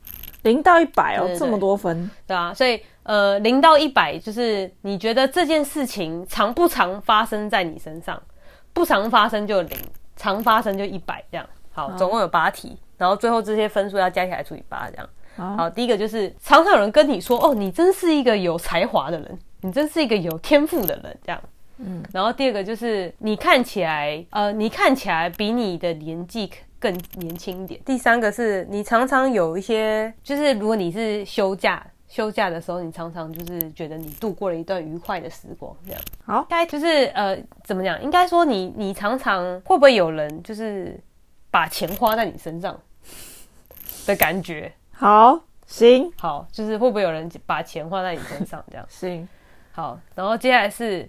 0到100哦， 对对对， 这么多分， 对啊，所以0到100就是你觉得这件事情常不常发生在你身上。不常发生就0，常发生就100这样。好，总共有8题，然后最后这些分数要加起来除以8这样。好，第一个就是常常有人跟你说，哦，你真是一个有才华的人，你真是一个有天赋的人这样。然后第二个就是你看起来比你的年纪更年轻一点。第3个是你常常有一些，就是如果你是休假休假的时候，你常常就是觉得你度过了一段愉快的时光，这样。 好， 应该就是怎么讲？应该说你常常会不会有人就是把钱花在你身上的感觉？ 好，行， 好，就是会不会有人把钱花在你身上这样？ 行， 好，然后接下来是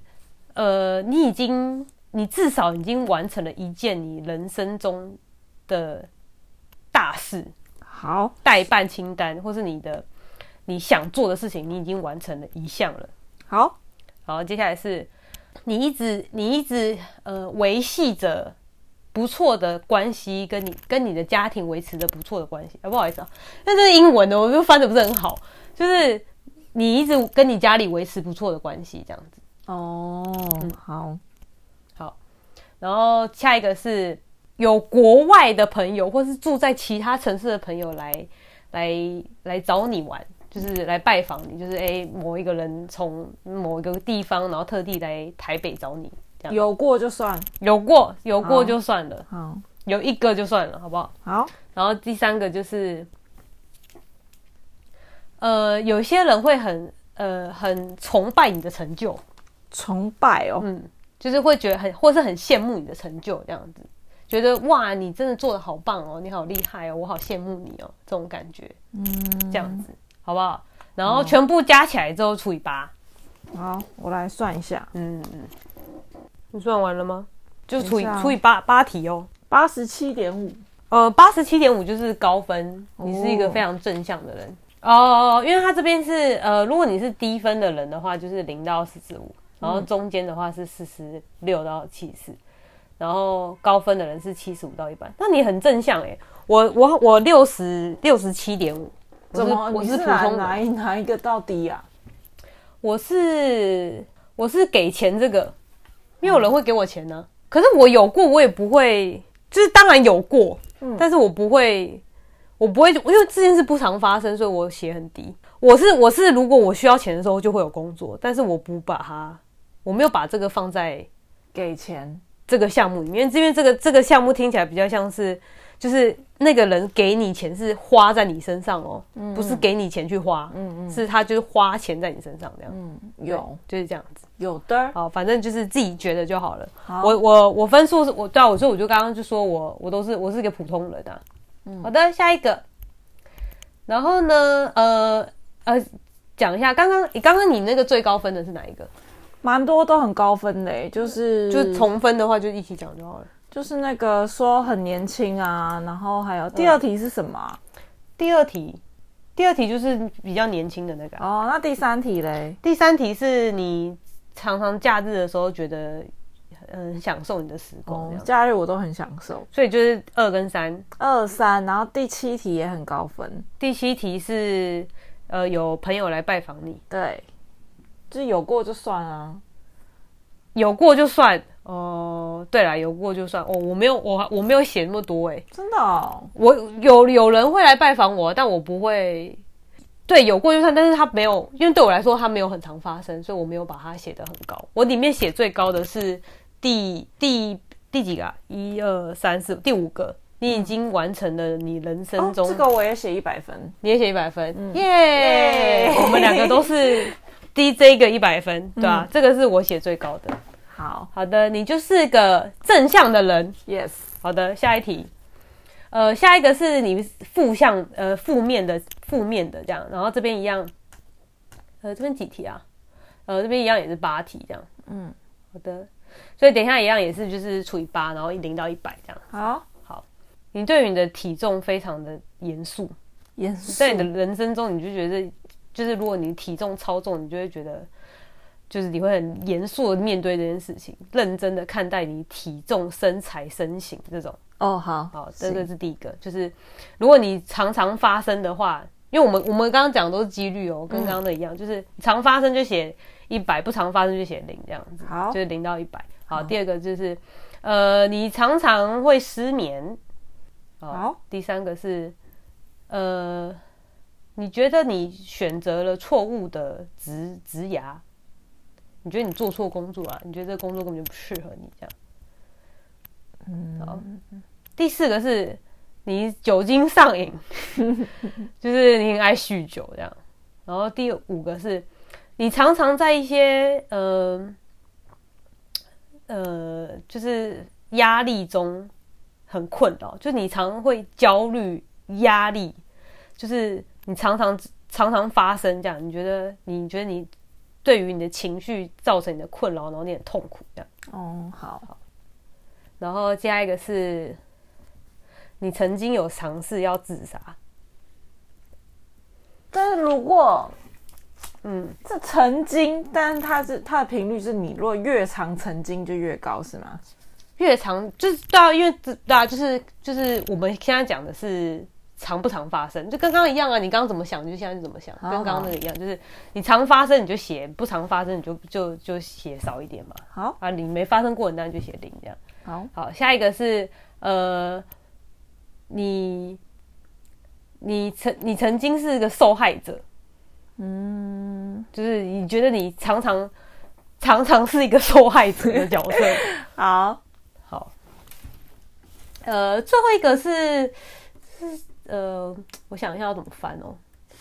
你至少已经完成了一件你人生中的大事， 好， 待办清单，或是你想做的事情，你已经完成了一项了。 好， 好，接下来是你一直维系着不错的关系，跟你的家庭维持着不错的关系。不好意思啊，那这是英文的，我就翻得不是很好。就是你一直跟你家里维持不错的关系，这样子。 哦，好， 好，然后下一个是有国外的朋友，或是住在其他城市的朋友来找你玩。就是来拜访你，就是某一个人从某一个地方，然后特地来台北找你，这样有过就算， 有过就算了， 好， 有一个就算了，好不好？ 好， 然后第三个就是，有些人会很崇拜你的成就， 崇拜哦， 就是会觉得或是很羡慕你的成就，这样子，觉得哇，你真的做得好棒哦，你好厉害哦，我好羡慕你哦，这种感觉，这样子。好不好？然后全部加起来之后除以8。 好，我来算一下。 你算完了吗？就除以8题哦。 87.5。 87.5就是高分，你是一个非常正向的人哦。因为他这边是如果你是低分的人的话，就是0到45，然后中间的话是46到74，然后高分的人是75到100。那你很正向耶。我67.5。 怎么？ 我是普通哪一个到低啊？ 我是给钱这个，没有人会给我钱呢、可是我有过，我也不会，就是当然有过，但是我不会，因为这件事不常发生，所以我写很低。我是如果我需要钱的时候就会有工作，但是我没有把这个放在给钱这个项目里面，因为这个项目听起来比较像是。就是那个人给你钱是花在你身上哦，不是给你钱去花，是他就是花钱在你身上这样， 有就是这样子， 有的， 好，反正就是自己觉得就好了。我分数是对啊，所以我就刚刚就说我是一个普通人啊。好的，下一个，然后呢，讲一下刚刚你那个最高分的是哪一个？ 蛮多都很高分的，就是重分的话就一起讲就好了。 就是那个说很年轻啊，然后还有第二题是什么啊？ 第二题就是比较年轻的那个哦。那第三题嘞？ 第三题是你常常假日的时候觉得很享受你的时光， 假日我都很享受， 所以就是2跟3， 然后第7题也很高分。 第7题是有朋友来拜访你， 对，就是有过就算啊， 有过就算。对啦，有过就算。我没有写那么多真的哦。 我有人会来拜访我，但我不会。对，有过就算，但是他没有，因为对我来说他没有很常发生，所以我没有把它写得很高。我里面写最高的是第几个啊？1、2、3、4，第5个。你已经完成了你人生中， 这个我也写100分， 你也写100分，耶！我们2个都是这个100分，对吧？这个是我写最高的。好的，你就是个正向的人 ，yes。 好的，下一题，下一个是你负面的这样，然后这边一样，这边几题啊？这边一样也是8题这样，好的，所以等一下一样也是就是除以8，然后0到100这样。好，你对于你的体重非常的严肃，在你的人生中，你就觉得就是如果你体重超重，你就会觉得。就是你会很严肃的面对这件事情，认真的看待你体重、身材、身形这种。好，这个是第一个。就是如果你常常发生的话，因为我们刚刚讲的都是几率哦，跟刚刚的一样，就是常发生就写100，不常发生就写0这样子。 好， 就是0到100。好，第二个就是你常常会失眠。好，第三个是你觉得你选择了错误的职涯。你觉得你做错工作啊？你觉得这个工作根本就不适合你这样。好，第4个是你酒精上瘾，就是你很爱酗酒这样。 然后第5个是你常常在一些就是压力中很困扰，就你常会焦虑、压力，就是你常常发生这样，你觉得你对于你的情绪造成你的困扰，然后你很痛苦这样。 哦，好。 然后加一个是你曾经有尝试要自杀， 但是如果这曾经，但是它的频率是你如果越长曾经就越高是吗？ 越长就是对啊，因为对啊，就是我们现在讲的是常不常发生，就跟刚刚一样啊，你刚刚怎么想就现在就怎么想，跟刚刚那个一样，就是你常发生你就写，不常发生你就写少一点嘛。 好啊，你没发生过你当然就写0这样。好，下一个是你曾经是个受害者，就是你觉得你常常是一个受害者的角色。 好， 最后一个是我想一下要怎么翻哦，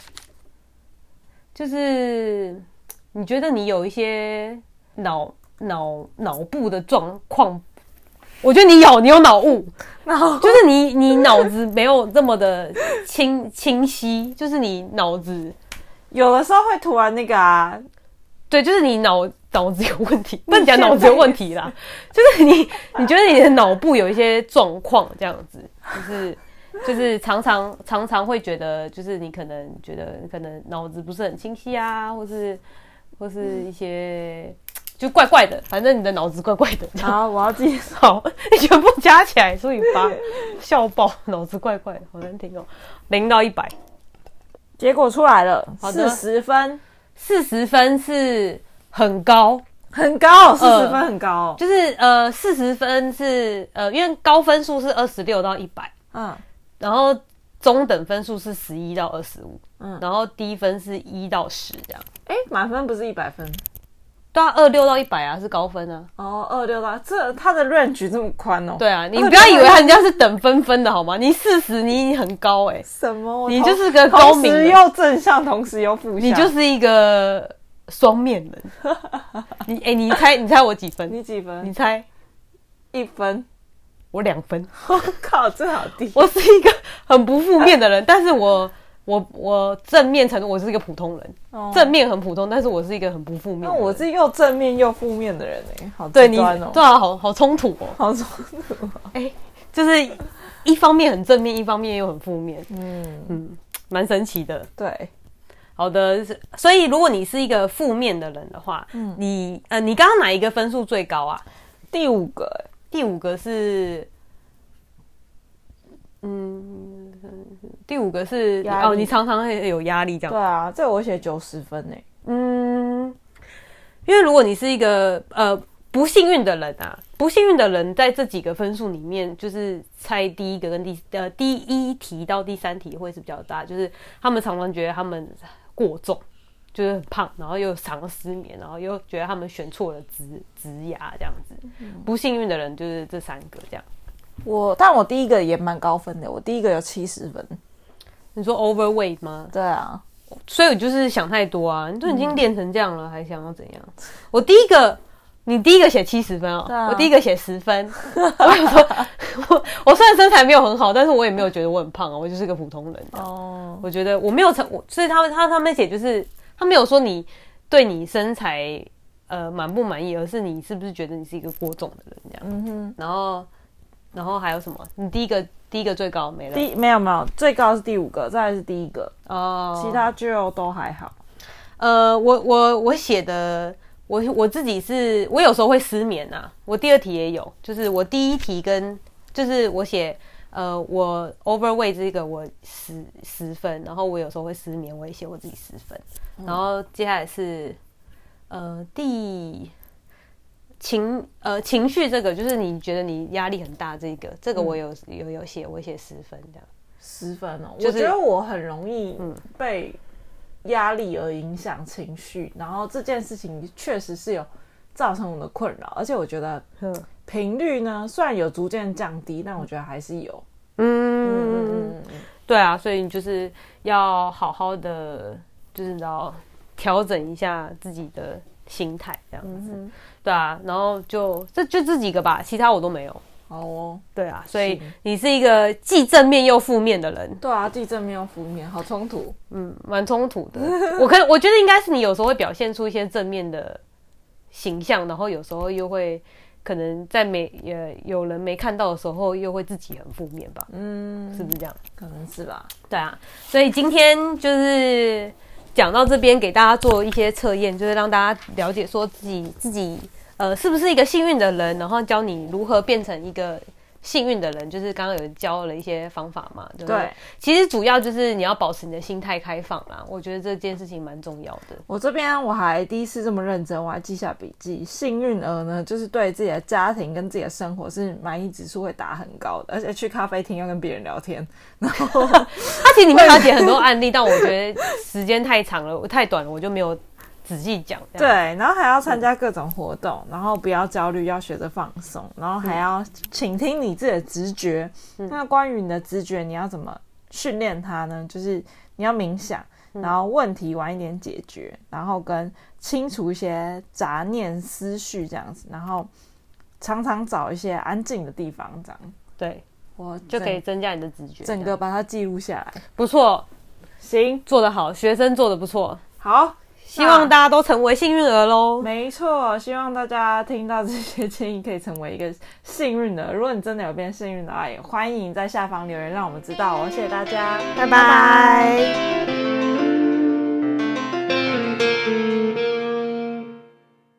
就是你觉得你有一些脑部的状况。我觉得你有脑雾，就是你脑子没有这么的清晰，就是你脑子有的时候会突然那个啊， 对，就是你脑子有问题，不能讲脑子有问题啦，就是你觉得你的脑部有一些状况这样子，就是常常会觉得，就是你可能觉得可能脑子不是很清晰啊，或是一些。就怪怪的，反正你的脑子怪怪的。 好，我要记好，你全部加起来除以8，笑爆，脑子怪怪的，好难听哦。0到100， 结果出来了，40分 ，40分是很高， 很高，40分很高， 就是40分是因为高分数是26到100，然后中等分数是11到25，然后低分是1到10这样。 满分不是100分。 对啊，26到100啊，是高分啊。 哦，26到它的 range 这么宽哦。 对啊，你不要以为人家是等分的好吗？你40你很高什么？ 你就是个高明人， 同时又正向，同时又负向， 你就是一个双面人。你猜我几分？ 你几分？ 你猜 ？1分。 我2分。 我靠，这好低。 我是一个很不负面的人，但是我正面程度我是一个普通人，正面很普通，但是我是一个很不负面的人。 那我是又正面又负面的人好极端哦。 对啊，好冲突哦， 好冲突。 就是一方面很正面，一方面又很负面，蛮神奇的。 对， 好的，所以如果你是一个负面的人的话，你刚刚哪一个分数最高啊？ 第5个， 第5个是。第5个是你常常会有压力这样。 对啊，这我写90分因为如果你是一个不幸运的人啊，不幸运的人在这几个分数里面，就是猜第1个跟第1题到第3题会是比较大，就是他们常常觉得他们过重，就是很胖，然后又常失眠，然后又觉得他们选错了职涯这样子。不幸运的人就是这3个这样。 但我第1个也蛮高分的，我第1个有70分。 你说 overweight 吗？ 对啊， 所以我就是想太多啊！你都已经练成这样了，还想要怎样？你第一个写70分我第1个写10分。我想说，我虽然身材没有很好，但是我也没有觉得我很胖啊，我就是个普通人。我觉得我没有所以他们写就是他没有说你对你身材满不满意，而是你是不是觉得你是一个过重的人这样。然后还有什么？你第一个最高没了？ 没有，最高是第5个，再来是第1个其他就都还好。 我写的我自己是，我有时候会失眠啊。我第2题也有，就是我第1题就是我写我 overweight 这个我10分，然后我有时候会失眠，我也写我自己10分。然后接下来是情绪这个，就是你觉得你压力很大这个我有写，我写10分这样。 10分我觉得我很容易被压力而影响情绪，然后这件事情确实是有造成我的困扰，而且我觉得频率呢虽然有逐渐降低，但我觉得还是有。对啊，所以你就是要好好的， 就是你知道调整一下自己的心态这样子，对啊，然后就这几个吧，其他我都没有。 好哦， 对啊，所以你是一个既正面又负面的人。 对啊，既正面又负面，好冲突。 蛮冲突的。我觉得应该是你有时候会表现出一些正面的形象，然后有时候又会可能在有人没看到的时候，又会自己很负面吧？是不是这样？ 可能是吧。 对啊，所以今天就是讲到这边，给大家做一些测验，就是让大家了解说自己是不是一个幸运的人，然后教你如何变成一个幸运的人，就是刚刚有教了一些方法嘛，对不对？ 对， 其实主要就是你要保持你的心态开放啦，我觉得这件事情蛮重要的。 我这边我还第一次这么认真，我还记下笔记。幸运儿呢，就是对自己的家庭跟自己的生活是满意指数会打很高的，而且去咖啡厅要跟别人聊天，然后它其实里面还有写很多案例，但我觉得时间太长了，太短了，我就没有仔细讲。 对，然后还要参加各种活动，然后不要焦虑，要学着放松，然后还要倾听你自己的直觉。那关于你的直觉，你要怎么训练它呢？就是你要冥想，然后问题晚一点解决，然后跟清除一些杂念思绪这样子，然后常常找一些安静的地方这样。 对， 我就可以增加你的直觉， 整个把它记录下来。 不错， 行， 做得好，学生做得不错。 好， 希望大家都成为幸运儿咯。 没错，希望大家听到这些建议可以成为一个幸运的。如果你真的有变幸运的话，也欢迎在下方留言让我们知道哦。谢谢大家， 拜拜。